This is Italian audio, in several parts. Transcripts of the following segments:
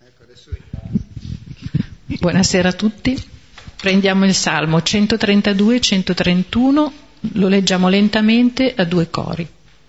Buonasera a tutti. Prendiamo il Salmo 132 e 131, lo leggiamo lentamente a due cori.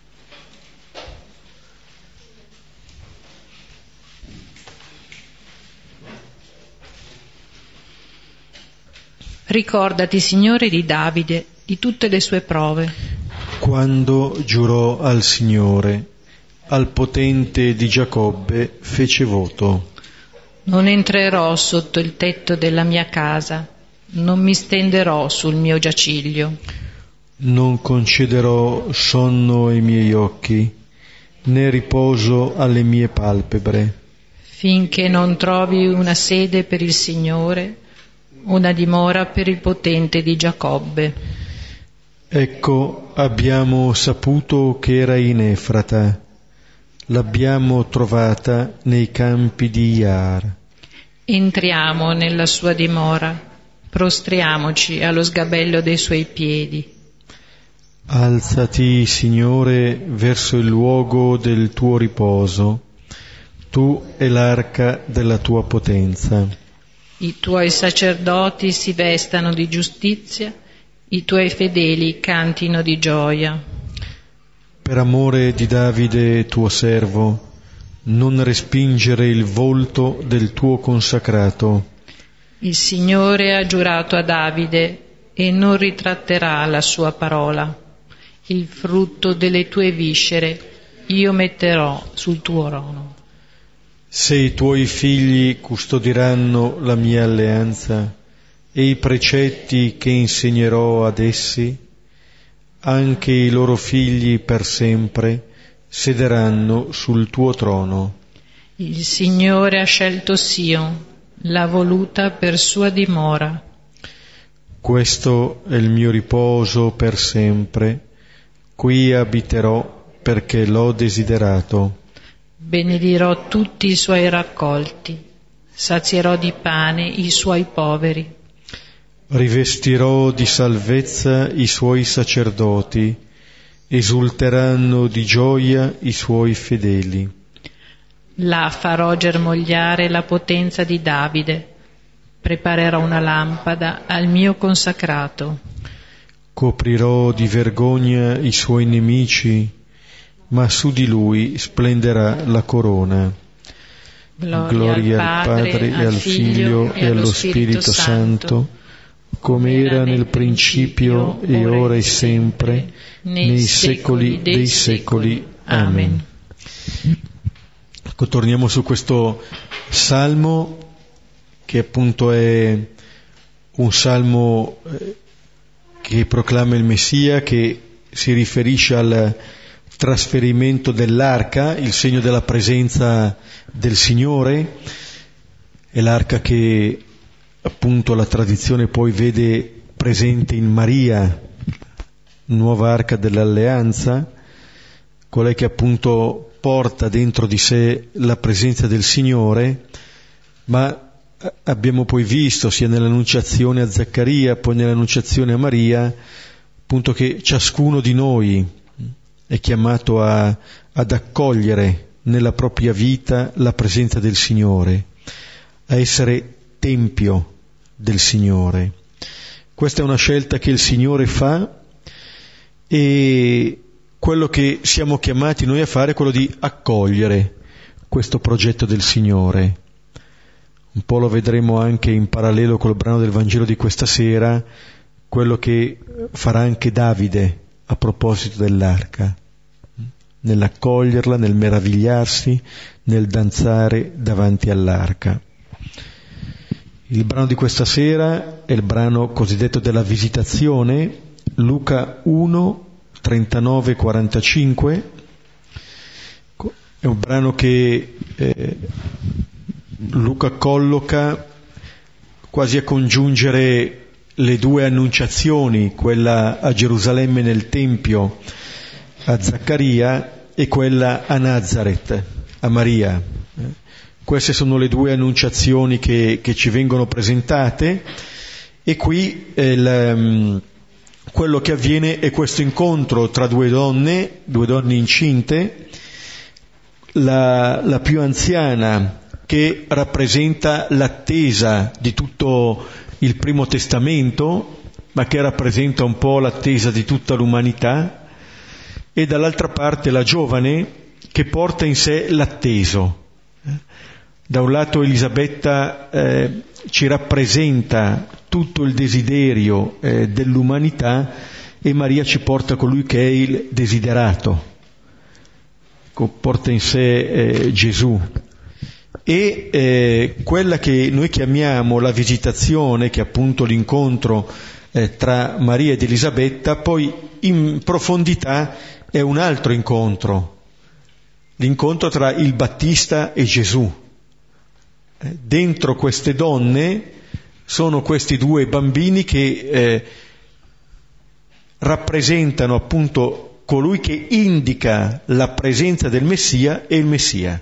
Ricordati, Signore, di Davide, di tutte le sue prove. Quando giurò al Signore, al potente di Giacobbe fece voto. Non entrerò sotto il tetto della mia casa, non mi stenderò sul mio giaciglio. Non concederò sonno ai miei occhi, né riposo alle mie palpebre. Finché non trovi una sede per il Signore, una dimora per il potente di Giacobbe. Ecco, abbiamo saputo che era in Efrata, l'abbiamo trovata nei campi di Iar. Entriamo nella sua dimora, prostriamoci allo sgabello dei suoi piedi. Alzati, Signore, verso il luogo del tuo riposo, tu e l'arca della tua potenza. I tuoi sacerdoti si vestano di giustizia, i tuoi fedeli cantino di gioia. Per amore di Davide, tuo servo, non respingere il volto del tuo consacrato. Il Signore ha giurato a Davide e non ritratterà la sua parola. Il frutto delle tue viscere io metterò sul tuo trono. Se i tuoi figli custodiranno la mia alleanza e i precetti che insegnerò ad essi, anche i loro figli per sempre sederanno sul tuo trono. Il Signore ha scelto Sion, l'ha voluta per sua dimora. Questo è il mio riposo per sempre, qui abiterò perché l'ho desiderato. Benedirò tutti i suoi raccolti, sazierò di pane i suoi poveri. Rivestirò di salvezza i suoi sacerdoti, esulteranno di gioia i suoi fedeli. Là farò germogliare la potenza di Davide, preparerò una lampada al mio consacrato. Coprirò di vergogna i suoi nemici, ma su di lui splenderà la corona. Gloria al Padre e al Figlio e allo Spirito Santo, come era nel principio e ora e sempre, nei secoli dei secoli. Amen. Ecco, torniamo su questo salmo, che appunto è un salmo che proclama il Messia, che si riferisce al trasferimento dell'arca, il segno della presenza del Signore. È l'arca che appunto la tradizione poi vede presente in Maria, nuova arca dell'alleanza, colei che appunto porta dentro di sé la presenza del Signore, ma abbiamo poi visto sia nell'annunciazione a Zaccaria, poi nell'annunciazione a Maria, appunto che ciascuno di noi è chiamato ad accogliere nella propria vita la presenza del Signore, a essere tempio del Signore. Questa è una scelta che il Signore fa, e quello che siamo chiamati noi a fare è quello di accogliere questo progetto del Signore. Un po' lo vedremo anche in parallelo col brano del Vangelo di questa sera, quello che farà anche Davide a proposito dell'arca, nell'accoglierla, nel meravigliarsi, nel danzare davanti all'arca. Il brano di questa sera è il brano cosiddetto della visitazione, Luca 1, 39-45. È un brano che Luca colloca quasi a congiungere le due annunciazioni, quella a Gerusalemme nel Tempio a Zaccaria e quella a Nazareth a Maria. Queste sono le due annunciazioni che ci vengono presentate, e qui quello che avviene è questo incontro tra due donne incinte, la più anziana che rappresenta l'attesa di tutto il Primo Testamento, ma che rappresenta un po' l'attesa di tutta l'umanità, e dall'altra parte la giovane che porta in sé l'atteso. Da un lato Elisabetta ci rappresenta tutto il desiderio dell'umanità, e Maria ci porta colui che è il desiderato, porta in sé Gesù. E quella che noi chiamiamo la visitazione, che è appunto l'incontro tra Maria ed Elisabetta, poi in profondità è un altro incontro, l'incontro tra il Battista e Gesù. Dentro queste donne sono questi due bambini che rappresentano appunto colui che indica la presenza del Messia e il Messia.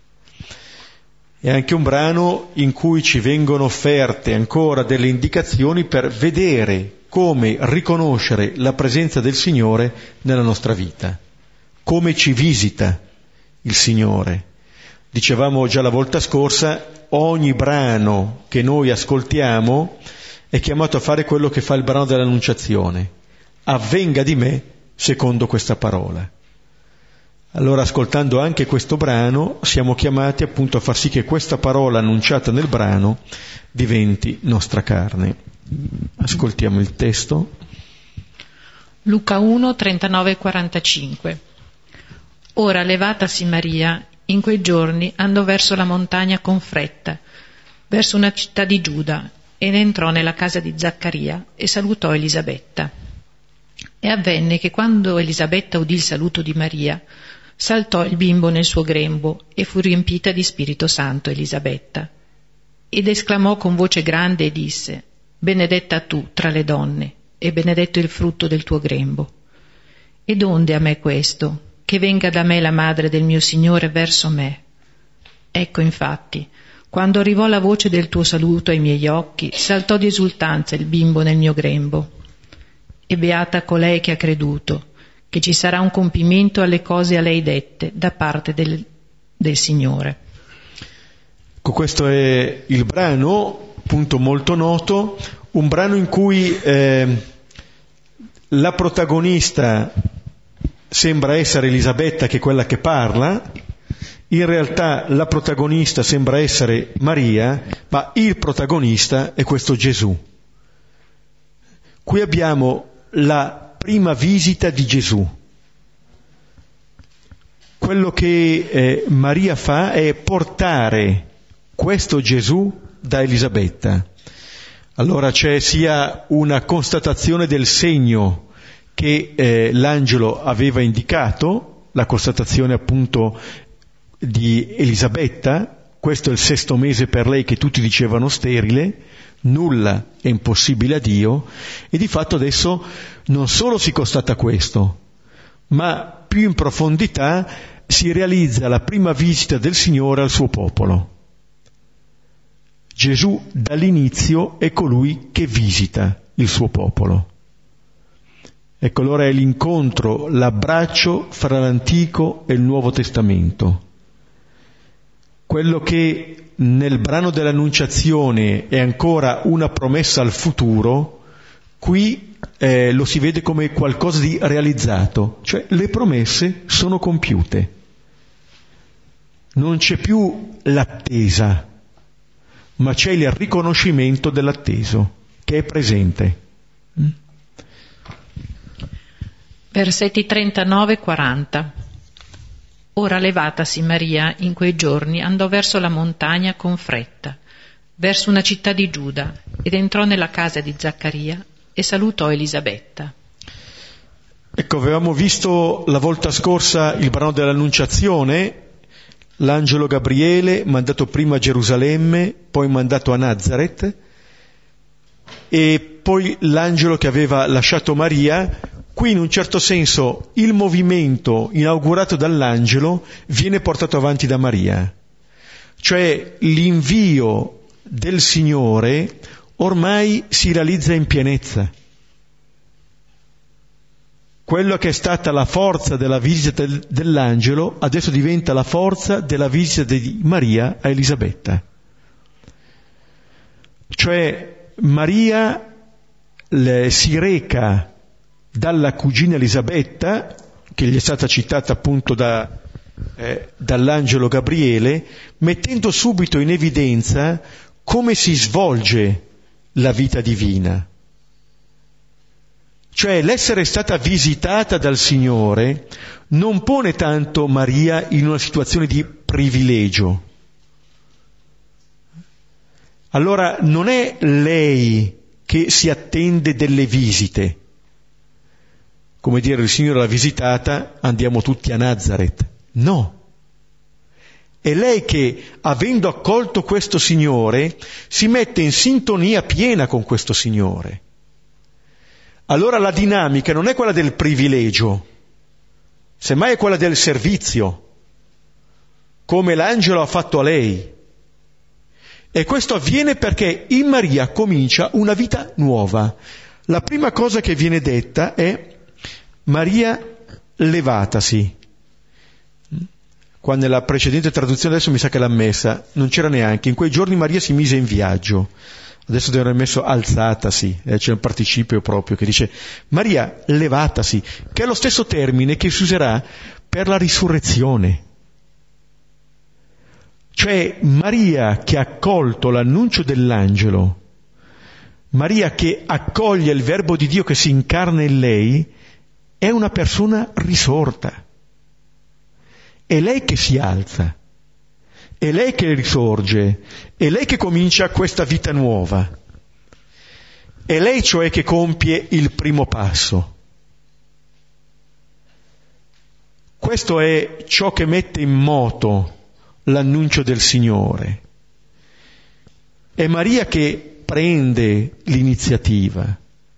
È anche un brano in cui ci vengono offerte ancora delle indicazioni per vedere come riconoscere la presenza del Signore nella nostra vita, come ci visita il Signore. Dicevamo già la volta scorsa, ogni brano che noi ascoltiamo è chiamato a fare quello che fa il brano dell'Annunciazione: avvenga di me secondo questa parola. Allora, ascoltando anche questo brano, siamo chiamati appunto a far sì che questa parola annunciata nel brano diventi nostra carne. Ascoltiamo il testo. Luca 1, 39-45. Ora, levatasi Maria, in quei giorni andò verso la montagna con fretta, verso una città di Giuda, ed entrò nella casa di Zaccaria e salutò Elisabetta. E avvenne che quando Elisabetta udì il saluto di Maria, saltò il bimbo nel suo grembo e fu riempita di Spirito Santo Elisabetta. Ed esclamò con voce grande e disse: benedetta tu tra le donne, e benedetto il frutto del tuo grembo. Ed onde a me questo, che venga da me la madre del mio Signore verso me? Ecco infatti, quando arrivò la voce del tuo saluto ai miei occhi, saltò di esultanza il bimbo nel mio grembo. E beata colei che ha creduto, che ci sarà un compimento alle cose a lei dette da parte del Signore. Questo è il brano, appunto molto noto, un brano in cui la protagonista sembra essere Elisabetta, che è quella che parla. In realtà la protagonista sembra essere Maria, ma il protagonista è questo Gesù. Qui abbiamo la prima visita di Gesù. Quello che Maria fa è portare questo Gesù da Elisabetta. Allora c'è sia una constatazione del segno che l'angelo aveva indicato, la constatazione appunto di Elisabetta. Questo è il 6° mese per lei, che tutti dicevano sterile, nulla è impossibile a Dio, e di fatto adesso non solo si constata questo, ma più in profondità si realizza la prima visita del Signore al suo popolo. Gesù dall'inizio è colui che visita il suo popolo. Ecco, allora è l'incontro, l'abbraccio fra l'Antico e il Nuovo Testamento. Quello che nel brano dell'Annunciazione è ancora una promessa al futuro, qui lo si vede come qualcosa di realizzato, cioè le promesse sono compiute. Non c'è più l'attesa, ma c'è il riconoscimento dell'atteso, che è presente. Versetti 39-40. Ora levatasi Maria in quei giorni andò verso la montagna con fretta, verso una città di Giuda, ed entrò nella casa di Zaccaria e salutò Elisabetta. Ecco, avevamo visto la volta scorsa il brano dell'Annunciazione, l'angelo Gabriele mandato prima a Gerusalemme, poi mandato a Nazareth, e poi l'angelo che aveva lasciato Maria. Qui in un certo senso il movimento inaugurato dall'angelo viene portato avanti da Maria, cioè l'invio del Signore ormai si realizza in pienezza. quello che è stata la forza della visita dell'angelo adesso diventa la forza della visita di Maria a Elisabetta. Cioè Maria si reca dalla cugina Elisabetta, che gli è stata citata appunto dall'angelo Gabriele, mettendo subito in evidenza come si svolge la vita divina. Cioè l'essere stata visitata dal Signore non pone tanto Maria in una situazione di privilegio. Allora non è lei che si attende delle visite. Come dire, il Signore l'ha visitata, andiamo tutti a Nazareth. No. È lei che, avendo accolto questo Signore, si mette in sintonia piena con questo Signore. Allora la dinamica non è quella del privilegio, semmai è quella del servizio, come l'angelo ha fatto a lei. E questo avviene perché in Maria comincia una vita nuova. La prima cosa che viene detta è: Maria levatasi. Qua nella precedente traduzione, adesso mi sa che l'ha messa, non c'era neanche. In quei giorni Maria si mise in viaggio. Adesso deve aver messo alzatasi, c'è un participio proprio che dice Maria levatasi, che è lo stesso termine che si userà per la risurrezione. Cioè Maria che ha accolto l'annuncio dell'angelo, Maria che accoglie il verbo di Dio che si incarna in lei, è una persona risorta. È lei che si alza, è lei che risorge, è lei che comincia questa vita nuova. È lei cioè che compie il primo passo. Questo è ciò che mette in moto l'annuncio del Signore. È Maria che prende l'iniziativa.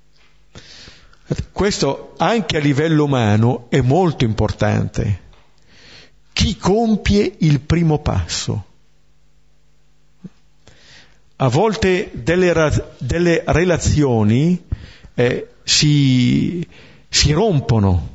Questo anche a livello umano è molto importante. Chi compie il primo passo? A volte delle relazioni si rompono,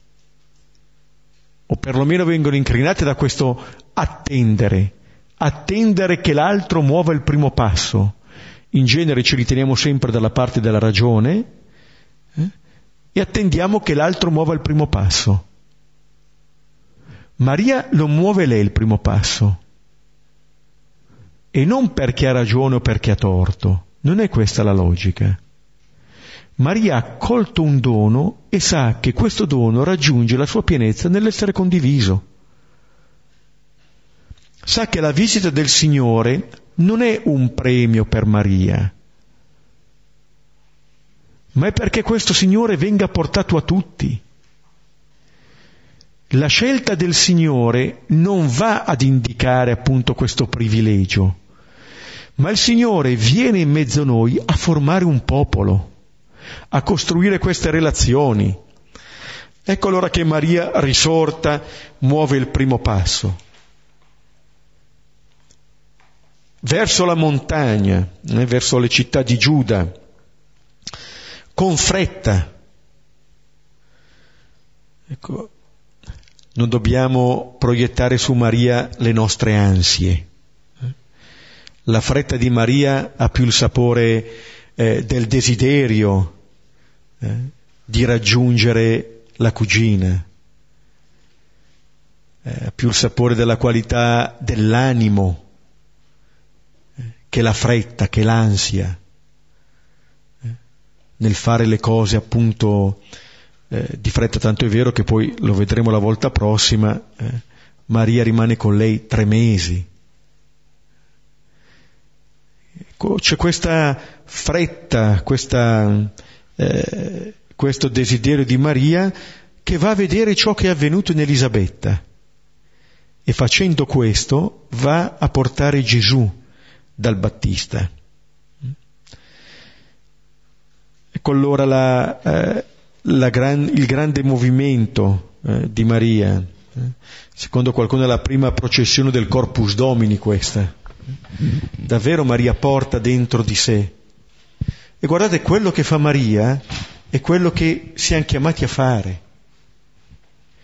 o perlomeno vengono incrinate da questo attendere che l'altro muova il primo passo. In genere ci riteniamo sempre dalla parte della ragione e attendiamo che l'altro muova il primo passo. Maria lo muove lei il primo passo, e non perché ha ragione o perché ha torto, non è questa la logica. Maria ha accolto un dono e sa che questo dono raggiunge la sua pienezza nell'essere condiviso. Sa che la visita del Signore non è un premio per Maria, ma è perché questo Signore venga portato a tutti. La scelta del Signore non va ad indicare appunto questo privilegio, ma il Signore viene in mezzo a noi a formare un popolo, a costruire queste relazioni. Ecco allora che Maria risorta muove il primo passo. Verso la montagna, verso le città di Giuda, con fretta. Ecco, non dobbiamo proiettare su Maria le nostre ansie. La fretta di Maria ha più il sapore del desiderio di raggiungere la cugina, ha più il sapore della qualità dell'animo che la fretta, che l'ansia nel fare le cose appunto di fretta, tanto è vero che poi lo vedremo la volta prossima, Maria rimane con lei 3 mesi. C'è questa fretta, questo desiderio di Maria che va a vedere ciò che è avvenuto in Elisabetta e facendo questo va a portare Gesù dal Battista. Ecco allora il grande movimento di Maria. Secondo qualcuno è la prima processione del Corpus Domini questa. Davvero Maria porta dentro di sé. E guardate, quello che fa Maria è quello che siamo chiamati a fare.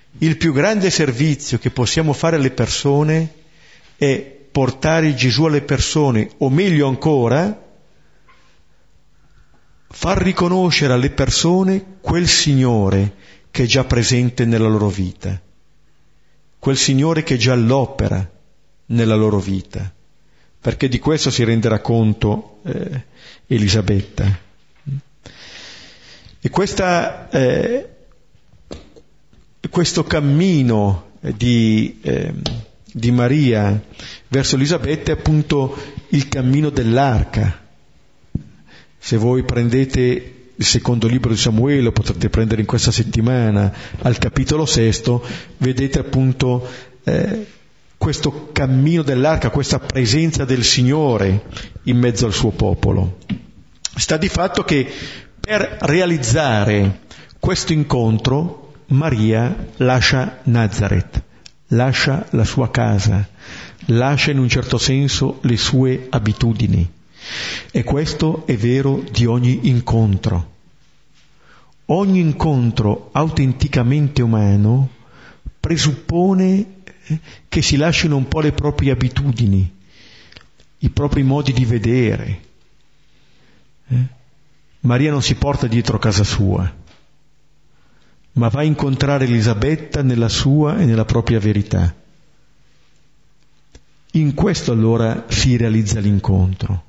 Il più grande servizio che possiamo fare alle persone è portare Gesù alle persone, o meglio ancora, far riconoscere alle persone quel Signore che è già presente nella loro vita, quel Signore che è già all'opera nella loro vita, perché di questo si renderà conto Elisabetta. E questo cammino di Maria verso Elisabetta è appunto il cammino dell'arca. Se voi prendete il secondo libro di Samuele, lo potrete prendere in questa settimana, al capitolo 6, vedete appunto questo cammino dell'arca, questa presenza del Signore in mezzo al suo popolo. Sta di fatto che per realizzare questo incontro Maria lascia Nazareth, lascia la sua casa, lascia in un certo senso le sue abitudini. E questo è vero di ogni incontro. Ogni incontro autenticamente umano presuppone che si lasciano un po' le proprie abitudini, i propri modi di vedere. Maria non si porta dietro casa sua, ma va a incontrare Elisabetta nella sua e nella propria verità. In questo allora si realizza l'incontro.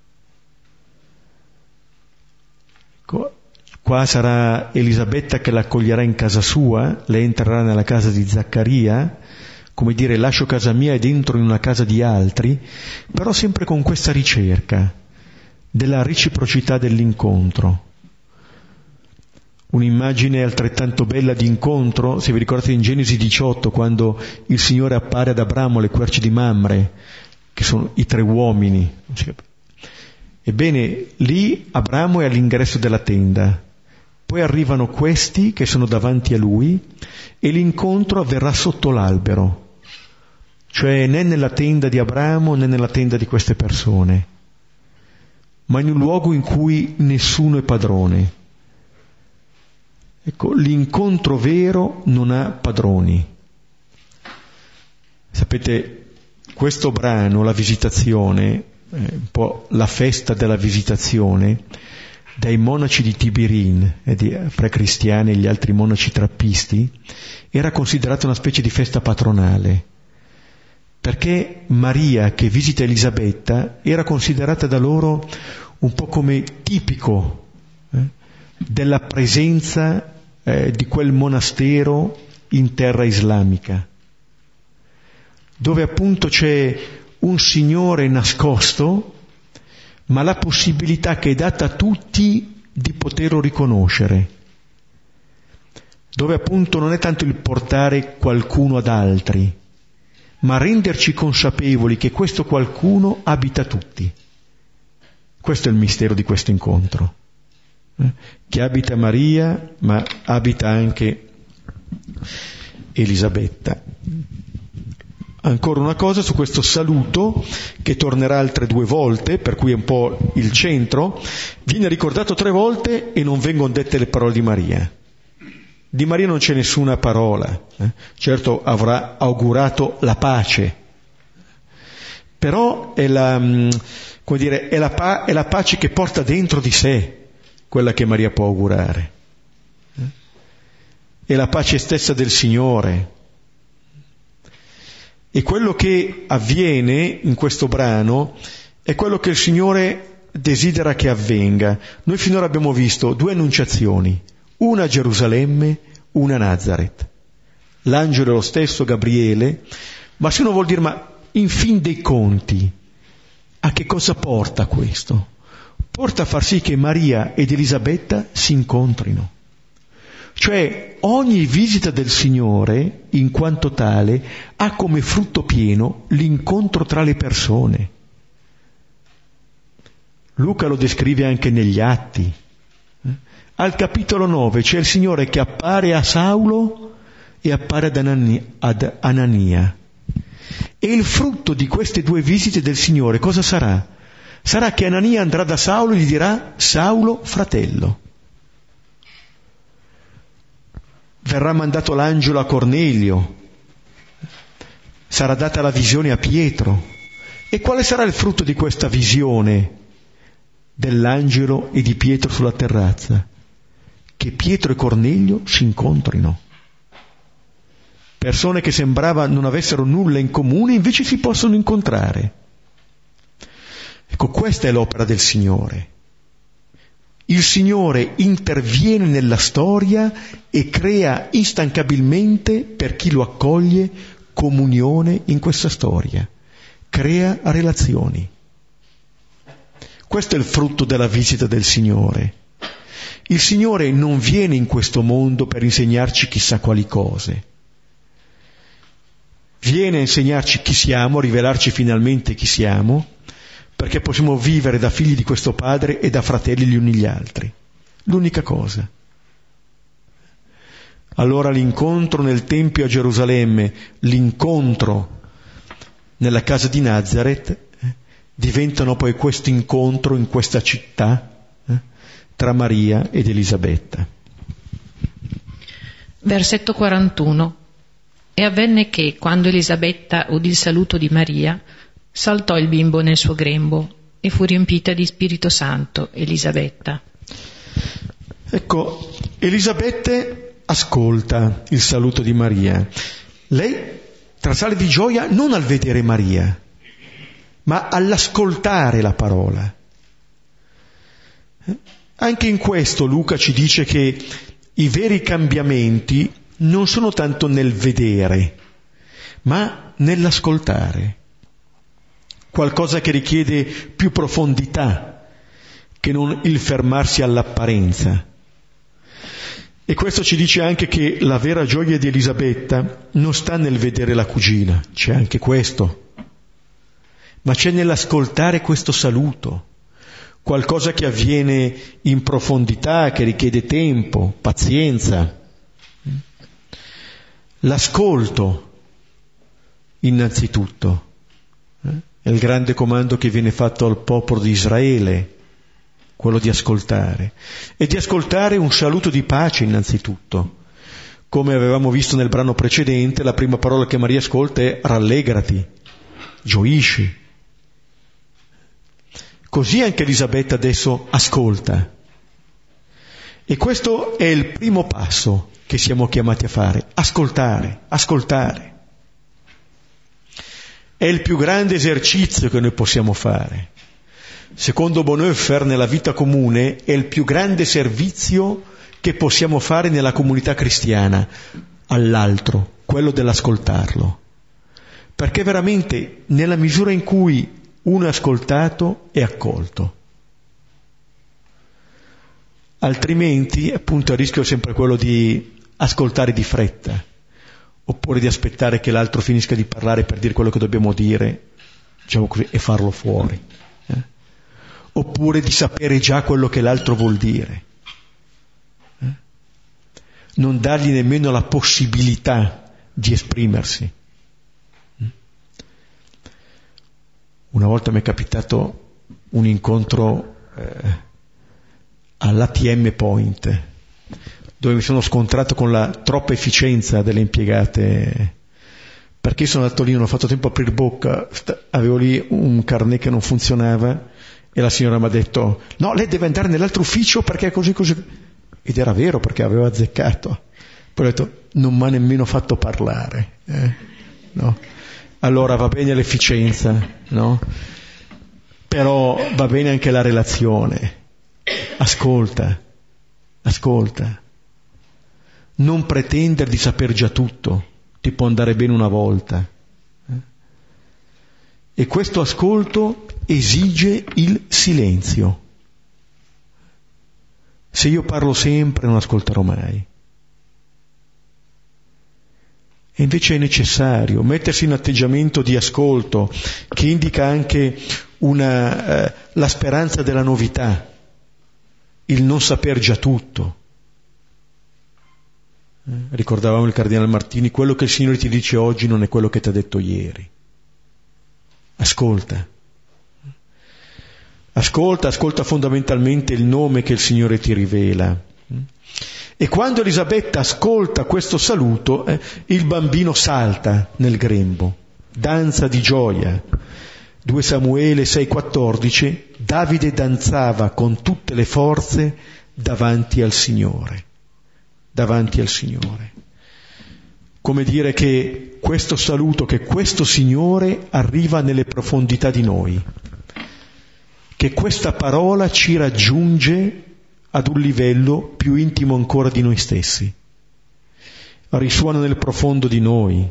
Qua sarà Elisabetta che l'accoglierà in casa sua, lei entrerà nella casa di Zaccaria, come dire, lascio casa mia ed entro in una casa di altri, però sempre con questa ricerca della reciprocità dell'incontro. Un'immagine altrettanto bella di incontro, se vi ricordate in Genesi 18, quando il Signore appare ad Abramo alle querci di Mamre, che sono i 3 uomini. Ebbene, lì Abramo è all'ingresso della tenda, poi arrivano questi che sono davanti a lui e l'incontro avverrà sotto l'albero, cioè né nella tenda di Abramo né nella tenda di queste persone, ma in un luogo in cui nessuno è padrone. Ecco, l'incontro vero non ha padroni. Sapete, questo brano, la Visitazione, un po' la festa della Visitazione, dai monaci di Tibirin, precristiani e gli altri monaci trappisti, era considerata una specie di festa patronale, perché Maria che visita Elisabetta era considerata da loro un po' come tipico della presenza di quel monastero in terra islamica, dove appunto c'è un Signore nascosto, ma la possibilità che è data a tutti di poterlo riconoscere, dove appunto non è tanto il portare qualcuno ad altri, ma renderci consapevoli che questo qualcuno abita tutti. Questo è il mistero di questo incontro, che abita Maria, ma abita anche Elisabetta. Ancora una cosa su questo saluto, che tornerà altre 2 volte, per cui è un po' il centro, viene ricordato 3 volte e non vengono dette le parole di Maria. Di Maria non c'è nessuna parola, certo avrà augurato la pace, però è la pace che porta dentro di sé, quella che Maria può augurare. È la pace stessa del Signore. E quello che avviene in questo brano è quello che il Signore desidera che avvenga. Noi finora abbiamo visto 2 annunciazioni, una a Gerusalemme, una a Nazareth. L'angelo è lo stesso, Gabriele, ma se uno vuol dire, ma in fin dei conti, a che cosa porta questo? Porta a far sì che Maria ed Elisabetta si incontrino. Cioè ogni visita del Signore, in quanto tale, ha come frutto pieno l'incontro tra le persone. Luca lo descrive anche negli Atti. Al capitolo 9 c'è il Signore che appare a Saulo e appare ad Anania. E il frutto di queste 2 visite del Signore cosa sarà? Sarà che Anania andrà da Saulo e gli dirà: Saulo, fratello. verrà mandato l'angelo a Cornelio, sarà data la visione a Pietro. E quale sarà il frutto di questa visione dell'angelo e di Pietro sulla terrazza? Che Pietro e Cornelio si incontrino. Persone che sembrava non avessero nulla in comune, invece si possono incontrare. Ecco, questa è l'opera del Signore. Il Signore interviene nella storia e crea instancabilmente, per chi lo accoglie, comunione in questa storia. Crea relazioni. Questo è il frutto della visita del Signore. Il Signore non viene in questo mondo per insegnarci chissà quali cose. Viene a insegnarci chi siamo, a rivelarci finalmente chi siamo, perché possiamo vivere da figli di questo Padre e da fratelli gli uni gli altri. L'unica cosa. Allora l'incontro nel Tempio a Gerusalemme, l'incontro nella casa di Nazareth, diventano poi questo incontro in questa città tra Maria ed Elisabetta. Versetto 41. E avvenne che, quando Elisabetta udì il saluto di Maria, saltò il bimbo nel suo grembo e fu riempita di Spirito Santo Elisabetta. Ecco, Elisabetta ascolta il saluto di Maria. Lei trasale di gioia non al vedere Maria, ma all'ascoltare la parola. Anche in questo Luca ci dice che i veri cambiamenti non sono tanto nel vedere, ma nell'ascoltare. Qualcosa che richiede più profondità che non il fermarsi all'apparenza. E questo ci dice anche che la vera gioia di Elisabetta non sta nel vedere la cugina, c'è anche questo, ma c'è nell'ascoltare questo saluto, qualcosa che avviene in profondità, che richiede tempo, pazienza. L'ascolto, innanzitutto, è il grande comando che viene fatto al popolo di Israele, quello di ascoltare, e di ascoltare un saluto di pace innanzitutto. Come avevamo visto nel brano precedente, la prima parola che Maria ascolta è rallegrati, gioisci. Così anche Elisabetta adesso ascolta. E questo è il primo passo che siamo chiamati a fare, ascoltare, ascoltare. È il più grande esercizio che noi possiamo fare. Secondo Bonhoeffer, nella vita comune, è il più grande servizio che possiamo fare nella comunità cristiana all'altro, quello dell'ascoltarlo. Perché veramente, nella misura in cui uno è ascoltato, è accolto. Altrimenti, appunto, il rischio è sempre quello di ascoltare di fretta, oppure di aspettare che l'altro finisca di parlare per dire quello che dobbiamo dire, diciamo così, e farlo fuori. Oppure di sapere già quello che l'altro vuol dire. Non dargli nemmeno la possibilità di esprimersi. Una volta mi è capitato un incontro all'ATM Point, dove mi sono scontrato con la troppa efficienza delle impiegate, perché sono andato lì, non ho fatto tempo a aprire bocca, avevo lì un carnet che non funzionava e la signora mi ha detto: no, lei deve andare nell'altro ufficio perché è così. Ed era vero, perché aveva azzeccato. Poi ho detto: non mi ha nemmeno fatto parlare, no? Allora va bene l'efficienza, no? Però va bene anche la relazione. Ascolta. Non pretendere di saper già tutto, ti può andare bene una volta. E questo ascolto esige il silenzio. Se io parlo sempre non ascolterò mai. E invece è necessario mettersi in atteggiamento di ascolto, che indica anche la speranza della novità, il non saper già tutto. Ricordavamo il Cardinale Martini: quello che il Signore ti dice oggi non è quello che ti ha detto ieri. Ascolta fondamentalmente il nome che il Signore ti rivela. E quando Elisabetta ascolta questo saluto, il bambino salta nel grembo, danza di gioia. 2 Samuele 6,14, Davide danzava con tutte le forze davanti al Signore. Davanti al Signore. Come dire che questo saluto, che questo Signore arriva nelle profondità di noi, che questa parola ci raggiunge ad un livello più intimo ancora di noi stessi, risuona nel profondo di noi.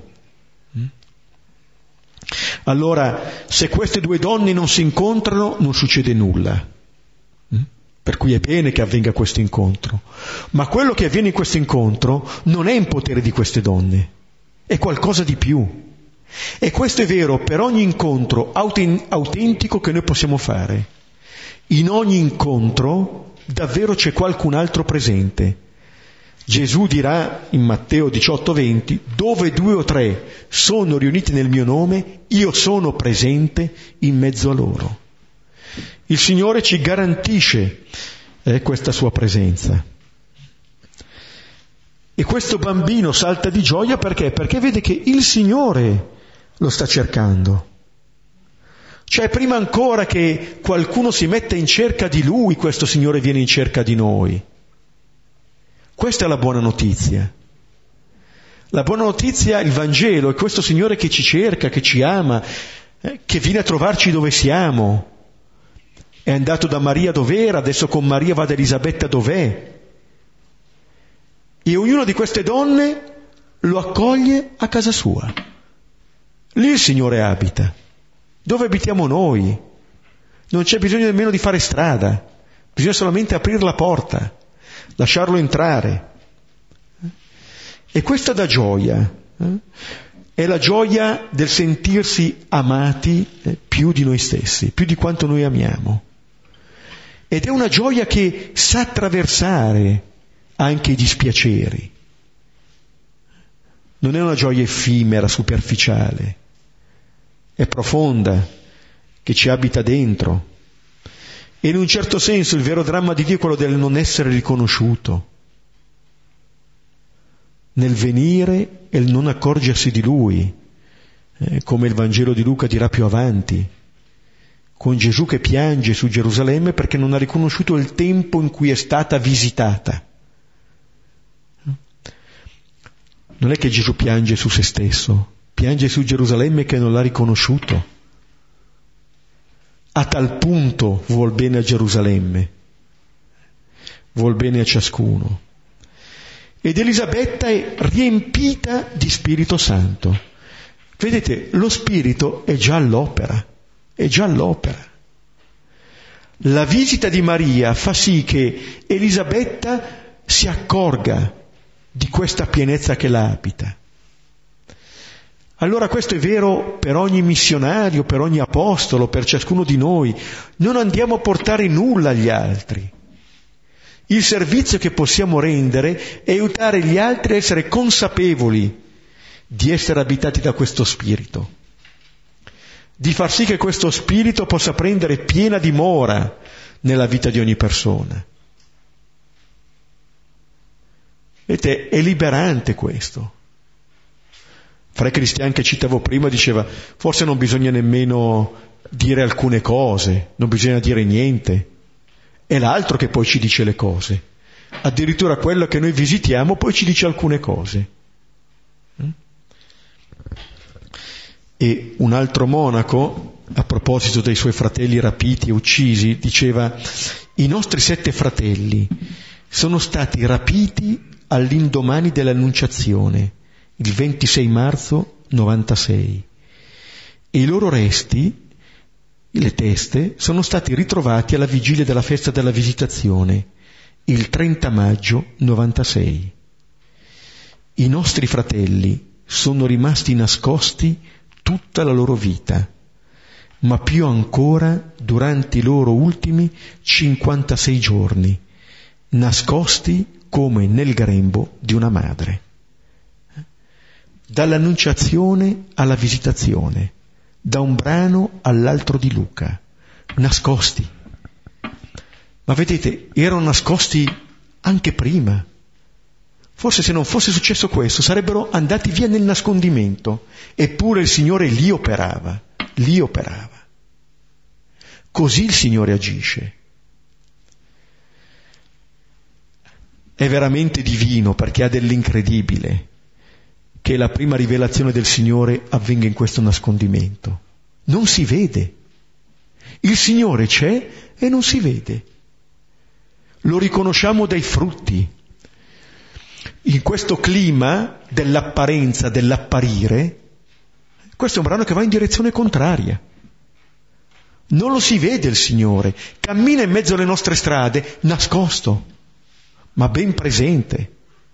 Allora, se queste 2 donne non si incontrano, non succede nulla. Per cui è bene che avvenga questo incontro. Ma quello che avviene in questo incontro non è in potere di queste donne, è qualcosa di più. E questo è vero per ogni incontro autentico che noi possiamo fare. In ogni incontro davvero c'è qualcun altro presente. Gesù dirà in Matteo 18,20, dove 2 o 3 sono riuniti nel mio nome, io sono presente in mezzo a loro. Il Signore ci garantisce questa sua presenza. E questo bambino salta di gioia perché? Perché vede che il Signore lo sta cercando. Cioè, prima ancora che qualcuno si metta in cerca di Lui, questo Signore viene in cerca di noi. Questa è la buona notizia. La buona notizia, il Vangelo, è questo Signore che ci cerca, che ci ama, che viene a trovarci dove siamo. È andato da Maria dov'era, adesso con Maria va da Elisabetta dov'è. E ognuna di queste donne lo accoglie a casa sua. Lì il Signore abita, dove abitiamo noi. Non c'è bisogno nemmeno di fare strada, bisogna solamente aprire la porta, lasciarlo entrare. E questa dà gioia, è la gioia del sentirsi amati più di noi stessi, più di quanto noi amiamo. Ed è una gioia che sa attraversare anche i dispiaceri. Non è una gioia effimera, superficiale, è profonda, che ci abita dentro. E in un certo senso il vero dramma di Dio è quello del non essere riconosciuto, nel venire e il non accorgersi di Lui, come il Vangelo di Luca dirà più avanti, con Gesù che piange su Gerusalemme perché non ha riconosciuto il tempo in cui è stata visitata. Non è che Gesù piange su se stesso, piange su Gerusalemme che non l'ha riconosciuto. A tal punto vuol bene a Gerusalemme, vuol bene a ciascuno. Ed Elisabetta è riempita di Spirito Santo. Vedete, lo Spirito è già all'opera, è già all'opera. La visita di Maria fa sì che Elisabetta si accorga di questa pienezza che la abita. Allora questo è vero per ogni missionario, per ogni apostolo, per ciascuno di noi. Non andiamo a portare nulla agli altri. Il servizio che possiamo rendere è aiutare gli altri a essere consapevoli di essere abitati da questo Spirito, di far sì che questo Spirito possa prendere piena dimora nella vita di ogni persona. Vedete, è liberante questo. Fra i cristiani che citavo prima diceva, forse non bisogna nemmeno dire alcune cose, non bisogna dire niente. È l'altro che poi ci dice le cose. Addirittura quello che noi visitiamo poi ci dice alcune cose. E un altro monaco, a proposito dei suoi fratelli rapiti e uccisi, diceva, i nostri 7 fratelli sono stati rapiti all'indomani dell'Annunciazione, il 26 marzo 96, e i loro resti, le teste, sono stati ritrovati alla vigilia della festa della Visitazione, il 30 maggio 96. I nostri fratelli sono rimasti nascosti tutta la loro vita, ma più ancora durante i loro ultimi 56 giorni, nascosti come nel grembo di una madre. Dall'Annunciazione alla Visitazione, da un brano all'altro di Luca, nascosti. Ma vedete, erano nascosti anche prima, Forse se non fosse successo questo sarebbero andati via nel nascondimento, eppure il Signore li operava. Così il Signore agisce. È veramente divino perché ha dell'incredibile che la prima rivelazione del Signore avvenga in questo nascondimento. Non si vede. Il Signore c'è e non si vede. Lo riconosciamo dai frutti. In questo clima dell'apparenza, dell'apparire, questo è un brano che va in direzione contraria. Non lo si vede il Signore, cammina in mezzo alle nostre strade, nascosto, ma ben presente.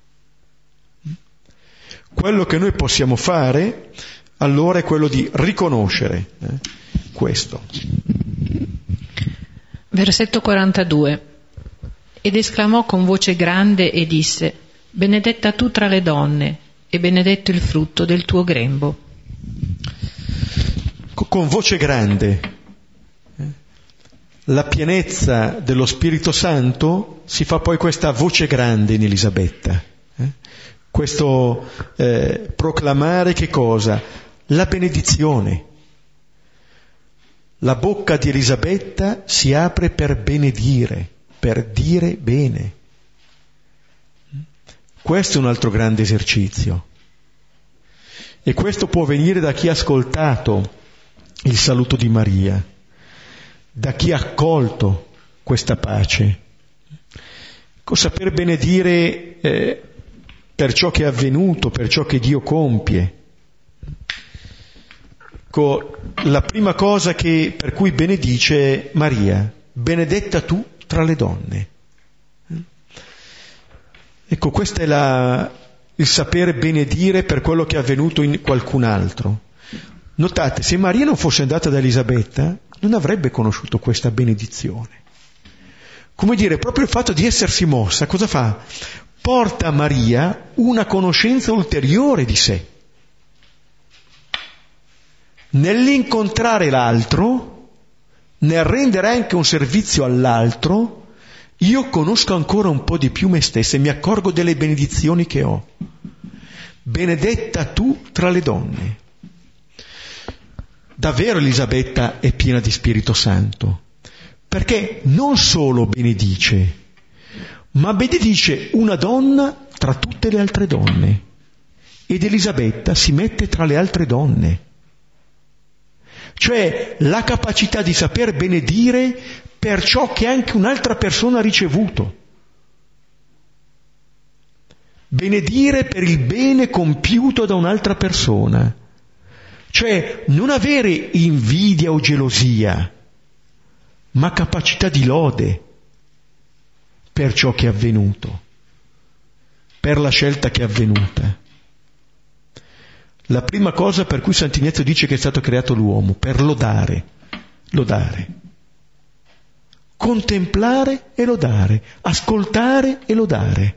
Quello che noi possiamo fare, allora, è quello di riconoscere questo. Versetto 42. Ed esclamò con voce grande e disse: benedetta tu tra le donne, e benedetto il frutto del tuo grembo. Con voce grande. La pienezza dello Spirito Santo si fa poi questa voce grande in Elisabetta. Questo proclamare che cosa? La benedizione. La bocca di Elisabetta si apre per benedire, per dire bene. Questo è un altro grande esercizio. E questo può venire da chi ha ascoltato il saluto di Maria, da chi ha accolto questa pace. Saper benedire per ciò che è avvenuto, per ciò che Dio compie. La prima cosa per cui benedice Maria: benedetta tu tra le donne. Ecco, questo è il sapere benedire per quello che è avvenuto in qualcun altro. Notate, se Maria non fosse andata da Elisabetta, non avrebbe conosciuto questa benedizione. Come dire, proprio il fatto di essersi mossa, cosa fa? Porta a Maria una conoscenza ulteriore di sé. Nell'incontrare l'altro, nel rendere anche un servizio all'altro, io conosco ancora un po' di più me stessa e mi accorgo delle benedizioni che ho. Benedetta tu tra le donne. Davvero Elisabetta è piena di Spirito Santo, perché non solo benedice, ma benedice una donna tra tutte le altre donne. Ed Elisabetta si mette tra le altre donne. Cioè la capacità di saper benedire per ciò che anche un'altra persona ha ricevuto. Benedire per il bene compiuto da un'altra persona. Cioè non avere invidia o gelosia, ma capacità di lode per ciò che è avvenuto, per la scelta che è avvenuta. La prima cosa per cui Sant'Ignazio dice che è stato creato l'uomo, per lodare. Contemplare e lodare, ascoltare e lodare.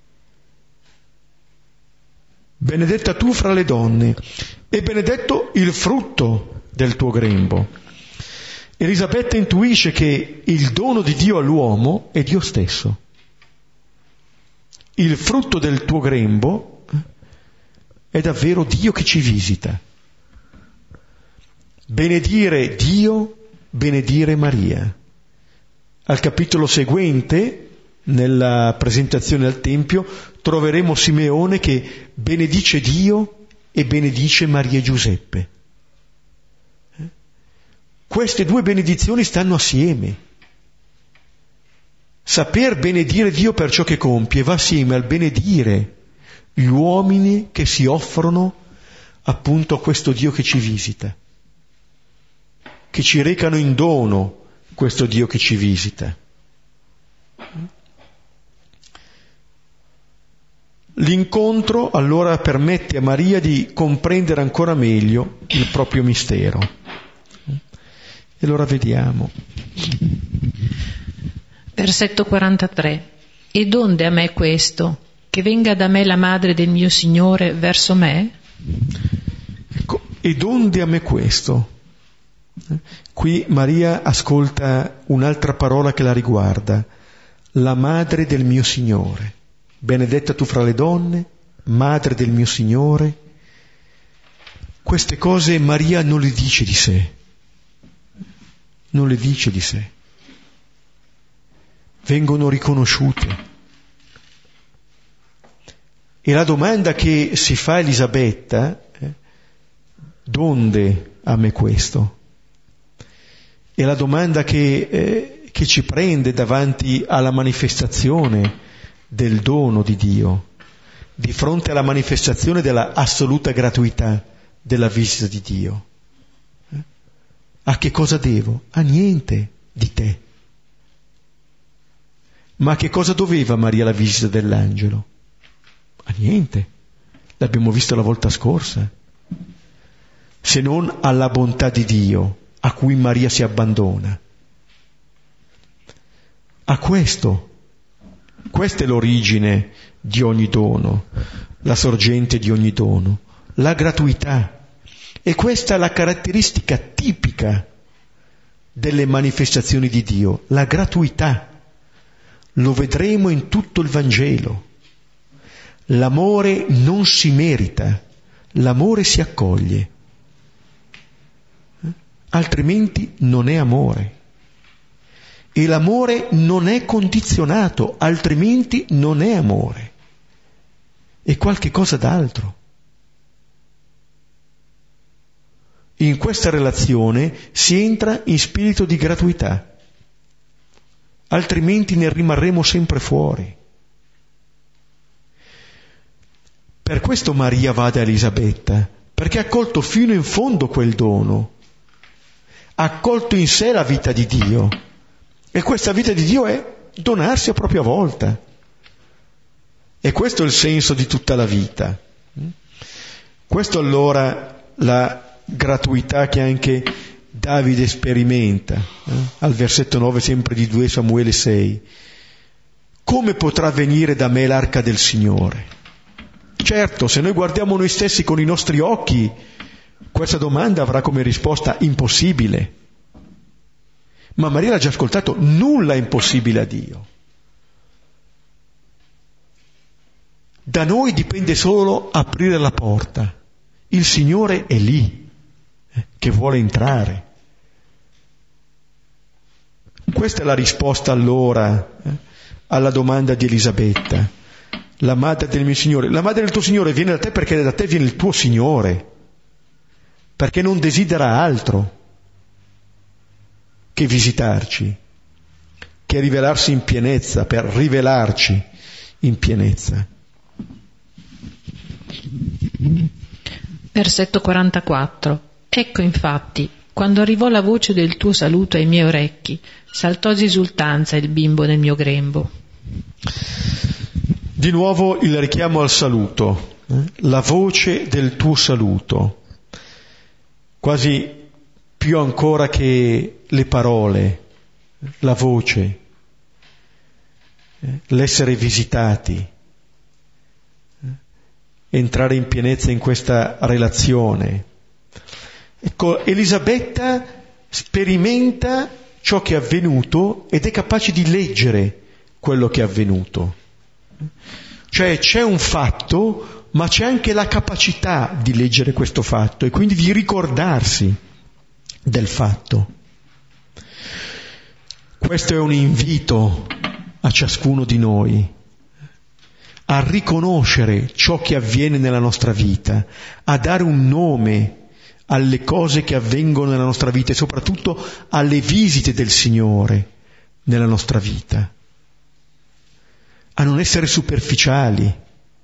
Benedetta tu fra le donne, e benedetto il frutto del tuo grembo. Elisabetta intuisce che il dono di Dio all'uomo è Dio stesso. Il frutto del tuo grembo è davvero Dio che ci visita. Benedire Dio, benedire Maria. Al capitolo seguente, nella presentazione al Tempio, troveremo Simeone che benedice Dio e benedice Maria e Giuseppe. Queste due benedizioni stanno assieme. Saper benedire Dio per ciò che compie va assieme al benedire gli uomini che si offrono appunto a questo Dio che ci visita, che ci recano in dono questo Dio che ci visita. L'incontro allora permette a Maria di comprendere ancora meglio il proprio mistero. E allora vediamo. Versetto 43. E donde a me questo? Che venga da me la madre del mio Signore verso me? Ecco, e donde a me questo? Qui Maria ascolta un'altra parola che la riguarda, la madre del mio Signore. benedetta tu fra le donne, madre del mio Signore. Queste cose Maria non le dice di sé, non le dice di sé, vengono riconosciute. E la domanda che si fa Elisabetta, donde a me questo? È la domanda che ci prende davanti alla manifestazione del dono di Dio, di fronte alla manifestazione della assoluta gratuità della visita di Dio. A che cosa devo? A niente di te. Ma a che cosa doveva Maria la visita dell'angelo? A niente, l'abbiamo visto la volta scorsa, se non alla bontà di Dio a cui Maria si abbandona. A questo, questa è l'origine di ogni dono, la sorgente di ogni dono, la gratuità. E questa è la caratteristica tipica delle manifestazioni di Dio, la gratuità. Lo vedremo in tutto il Vangelo. L'amore non si merita, l'amore si accoglie, altrimenti non è amore. E l'amore non è condizionato, altrimenti non è amore. È qualche cosa d'altro. In questa relazione si entra in spirito di gratuità, altrimenti ne rimarremo sempre fuori. Per questo Maria va da Elisabetta, perché ha colto fino in fondo quel dono, ha colto in sé la vita di Dio, e questa vita di Dio è donarsi a propria volta. E questo è il senso di tutta la vita. Questo allora la gratuità che anche Davide sperimenta, al versetto 9 sempre di 2 Samuele 6. Come potrà venire da me l'arca del Signore? Certo, se noi guardiamo noi stessi con i nostri occhi, questa domanda avrà come risposta impossibile. Ma Maria l'ha già ascoltato, nulla è impossibile a Dio. Da noi dipende solo aprire la porta. Il Signore è lì, che vuole entrare. Questa è la risposta allora alla domanda di Elisabetta. La madre del mio Signore, la madre del tuo Signore viene da te perché da te viene il tuo Signore, perché non desidera altro che visitarci, che rivelarsi in pienezza, per rivelarci in pienezza. Versetto 44. Ecco infatti, quando arrivò la voce del tuo saluto ai miei orecchi, saltò di esultanza il bimbo nel mio grembo. Di nuovo il richiamo al saluto, la voce del tuo saluto, quasi più ancora che le parole, la voce, l'essere visitati, entrare in pienezza in questa relazione. Ecco, Elisabetta sperimenta ciò che è avvenuto ed è capace di leggere quello che è avvenuto. Cioè c'è un fatto, ma c'è anche la capacità di leggere questo fatto e quindi di ricordarsi del fatto. Questo è un invito a ciascuno di noi a riconoscere ciò che avviene nella nostra vita, a dare un nome alle cose che avvengono nella nostra vita e soprattutto alle visite del Signore nella nostra vita, a non essere superficiali.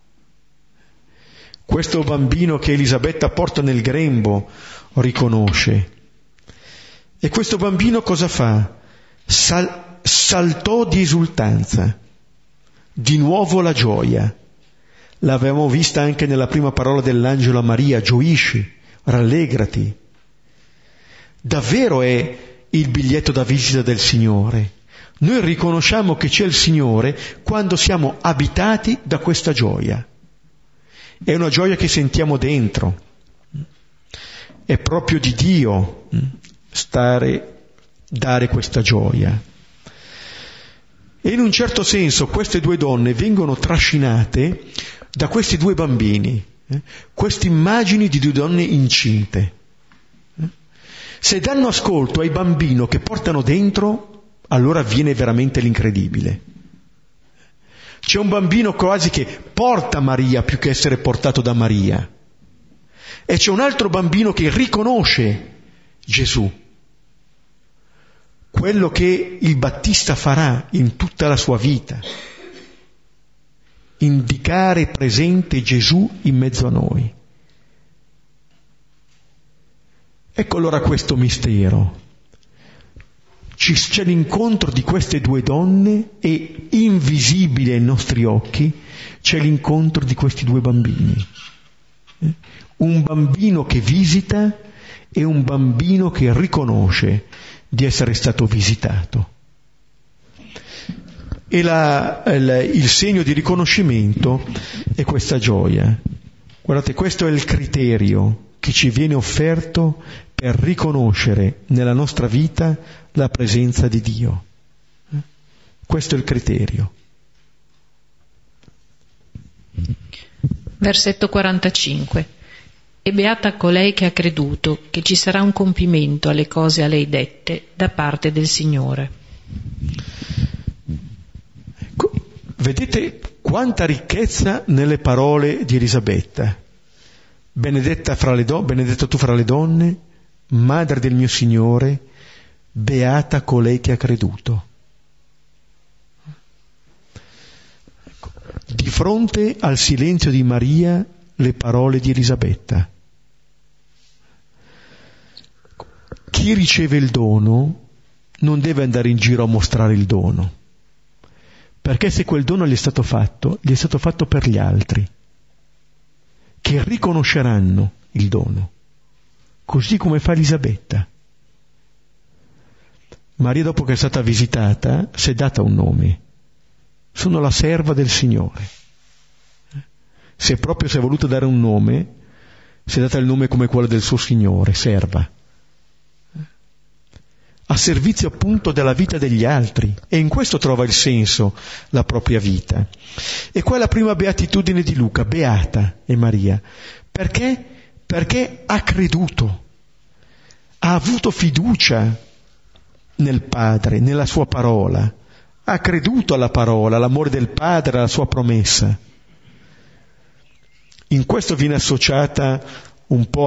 Questo bambino che Elisabetta porta nel grembo riconosce. E questo bambino cosa fa? Saltò di esultanza. Di nuovo la gioia. L'avevamo vista anche nella prima parola dell'angelo a Maria: gioisci, rallegrati. Davvero è il biglietto da visita del Signore. Noi riconosciamo che c'è il Signore quando siamo abitati da questa gioia. È una gioia che sentiamo dentro. È proprio di Dio dare questa gioia. E in un certo senso queste due donne vengono trascinate da questi due bambini, queste immagini di due donne incinte. Se danno ascolto ai bambini che portano dentro, allora avviene veramente l'incredibile. C'è un bambino quasi che porta Maria più che essere portato da Maria. E c'è un altro bambino che riconosce Gesù. Quello che il Battista farà in tutta la sua vita. Indicare presente Gesù in mezzo a noi. Ecco allora questo mistero. C'è l'incontro di queste due donne e invisibile ai nostri occhi c'è l'incontro di questi due bambini. Un bambino che visita e un bambino che riconosce di essere stato visitato. E il segno di riconoscimento è questa gioia. Guardate, questo è il criterio che ci viene offerto per riconoscere nella nostra vita la presenza di Dio. Questo è il criterio. Versetto 45. E beata colei che ha creduto che ci sarà un compimento alle cose a lei dette da parte del Signore. Ecco, vedete quanta ricchezza nelle parole di Elisabetta. Benedetta tu fra le donne, madre del mio Signore, beata colei che ha creduto. Ecco, di fronte al silenzio di Maria, le parole di Elisabetta. Chi riceve il dono non deve andare in giro a mostrare il dono, perché se quel dono gli è stato fatto per gli altri, che riconosceranno il dono, così come fa Elisabetta. Maria, dopo che è stata visitata, si è data un nome: sono la serva del Signore. Se proprio si è voluto dare un nome, si è data il nome come quello del suo Signore, serva, a servizio appunto della vita degli altri, e in questo trova il senso la propria vita. E qua è la prima beatitudine di Luca: beata è Maria. Perché? Perché ha creduto, ha avuto fiducia nel Padre, nella sua parola, ha creduto alla parola, all'amore del Padre, alla sua promessa. In questo viene associata un po'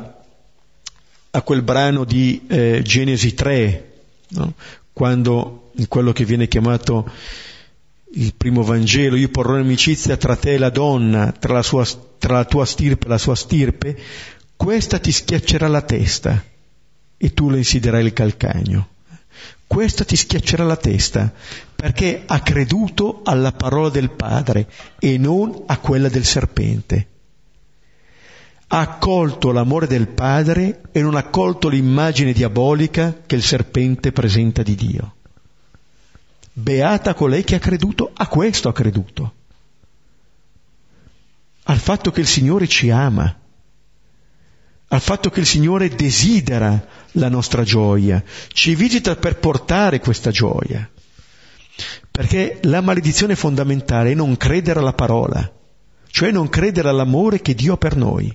a quel brano di Genesi 3, no? Quando in quello che viene chiamato il primo Vangelo: io porrò amicizia tra te e la donna, tra la tua stirpe e la sua stirpe, questa ti schiaccerà la testa e tu le insiderai il calcagno. Questa ti schiaccerà la testa, perché ha creduto alla parola del Padre e non a quella del serpente. Ha accolto l'amore del Padre e non ha accolto l'immagine diabolica che il serpente presenta di Dio. Beata colei che ha creduto, a questo ha creduto. Al fatto che il Signore ci ama, al fatto che il Signore desidera la nostra gioia, ci visita per portare questa gioia. Perché la maledizione fondamentale è non credere alla parola, cioè non credere all'amore che Dio ha per noi,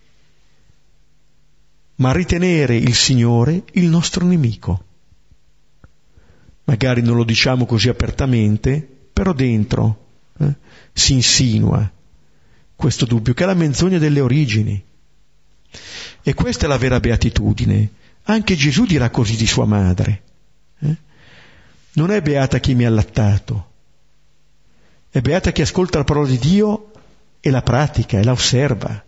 ma ritenere il Signore il nostro nemico. Magari non lo diciamo così apertamente, però dentro si insinua questo dubbio, che è la menzogna delle origini. E questa è la vera beatitudine. Anche Gesù dirà così di sua madre. Non è beata chi mi ha allattato, è beata chi ascolta la parola di Dio e la pratica e la osserva.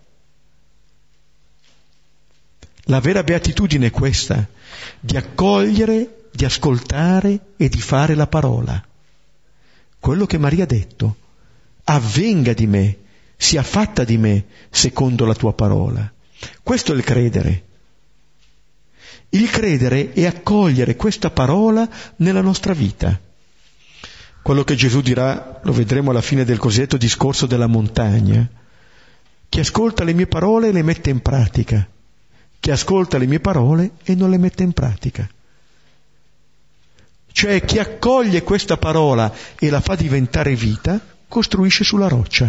La vera beatitudine è questa: di accogliere, di ascoltare e di fare la parola. Quello che Maria ha detto: avvenga di me, sia fatta di me secondo la tua parola. Questo è il credere. Il credere è accogliere questa parola nella nostra vita. Quello che Gesù dirà, lo vedremo alla fine del cosiddetto discorso della montagna: chi ascolta le mie parole e le mette in pratica, chi ascolta le mie parole e non le mette in pratica. Cioè chi accoglie questa parola e la fa diventare vita, costruisce sulla roccia.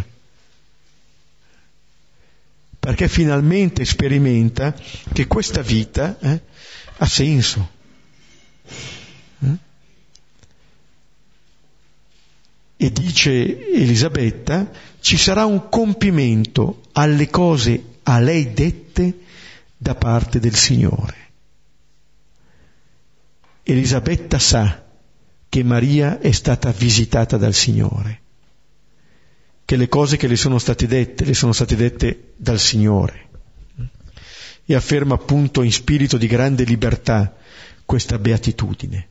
Perché finalmente sperimenta che questa vita ha senso. E dice Elisabetta, ci sarà un compimento alle cose a lei dette da parte del Signore. Elisabetta sa che Maria è stata visitata dal Signore, che le cose che le sono state dette dal Signore, e afferma appunto in spirito di grande libertà questa beatitudine.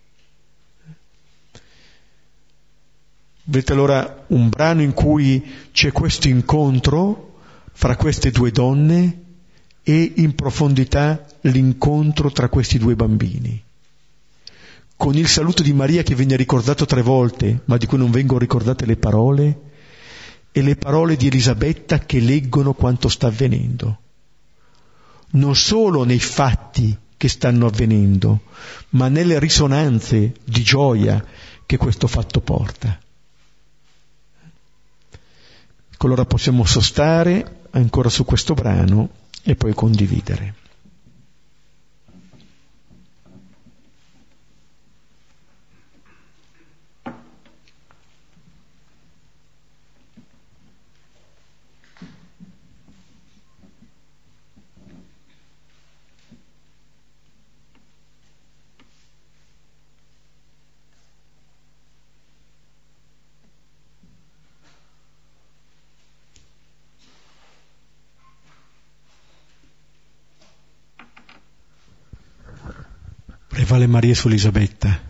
Vedete allora un brano in cui c'è questo incontro fra queste due donne e in profondità l'incontro tra questi due bambini, con il saluto di Maria che viene ricordato 3 volte, ma di cui non vengono ricordate le parole, e le parole di Elisabetta che leggono quanto sta avvenendo, non solo nei fatti che stanno avvenendo, ma nelle risonanze di gioia che questo fatto porta. Allora possiamo sostare ancora su questo brano e poi condividere. Prevale Maria su Elisabetta,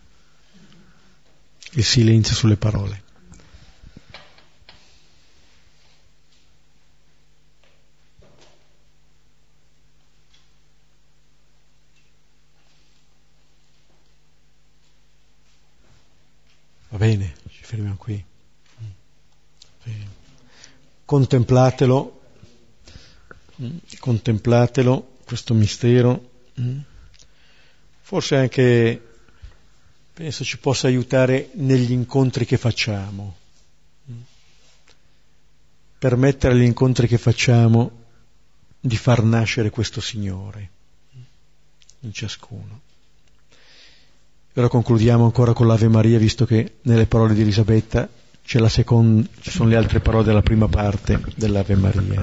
il silenzio sulle parole. Va bene, ci fermiamo qui. Contemplatelo, questo mistero. Forse anche, penso, ci possa aiutare negli incontri che facciamo. Permettere agli incontri che facciamo di far nascere questo Signore in ciascuno. Ora concludiamo ancora con l'Ave Maria, visto che nelle parole di Elisabetta ci sono le altre parole della prima parte dell'Ave Maria.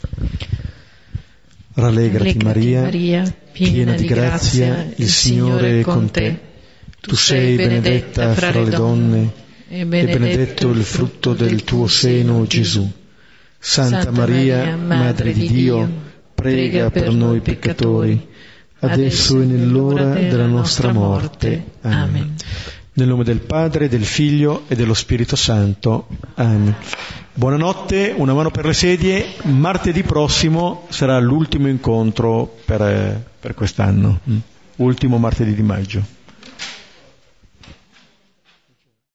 Rallegrati Maria, piena di grazia, il Signore è con te. Tu sei benedetta fra le donne e benedetto il frutto del tuo seno, Gesù. Santa Maria, Madre di Dio, prega per noi peccatori, adesso e nell'ora della nostra morte. Amen. Nel nome del Padre, del Figlio e dello Spirito Santo. Amen. Buonanotte, una mano per le sedie. Martedì prossimo sarà l'ultimo incontro per quest'anno, ultimo martedì di maggio.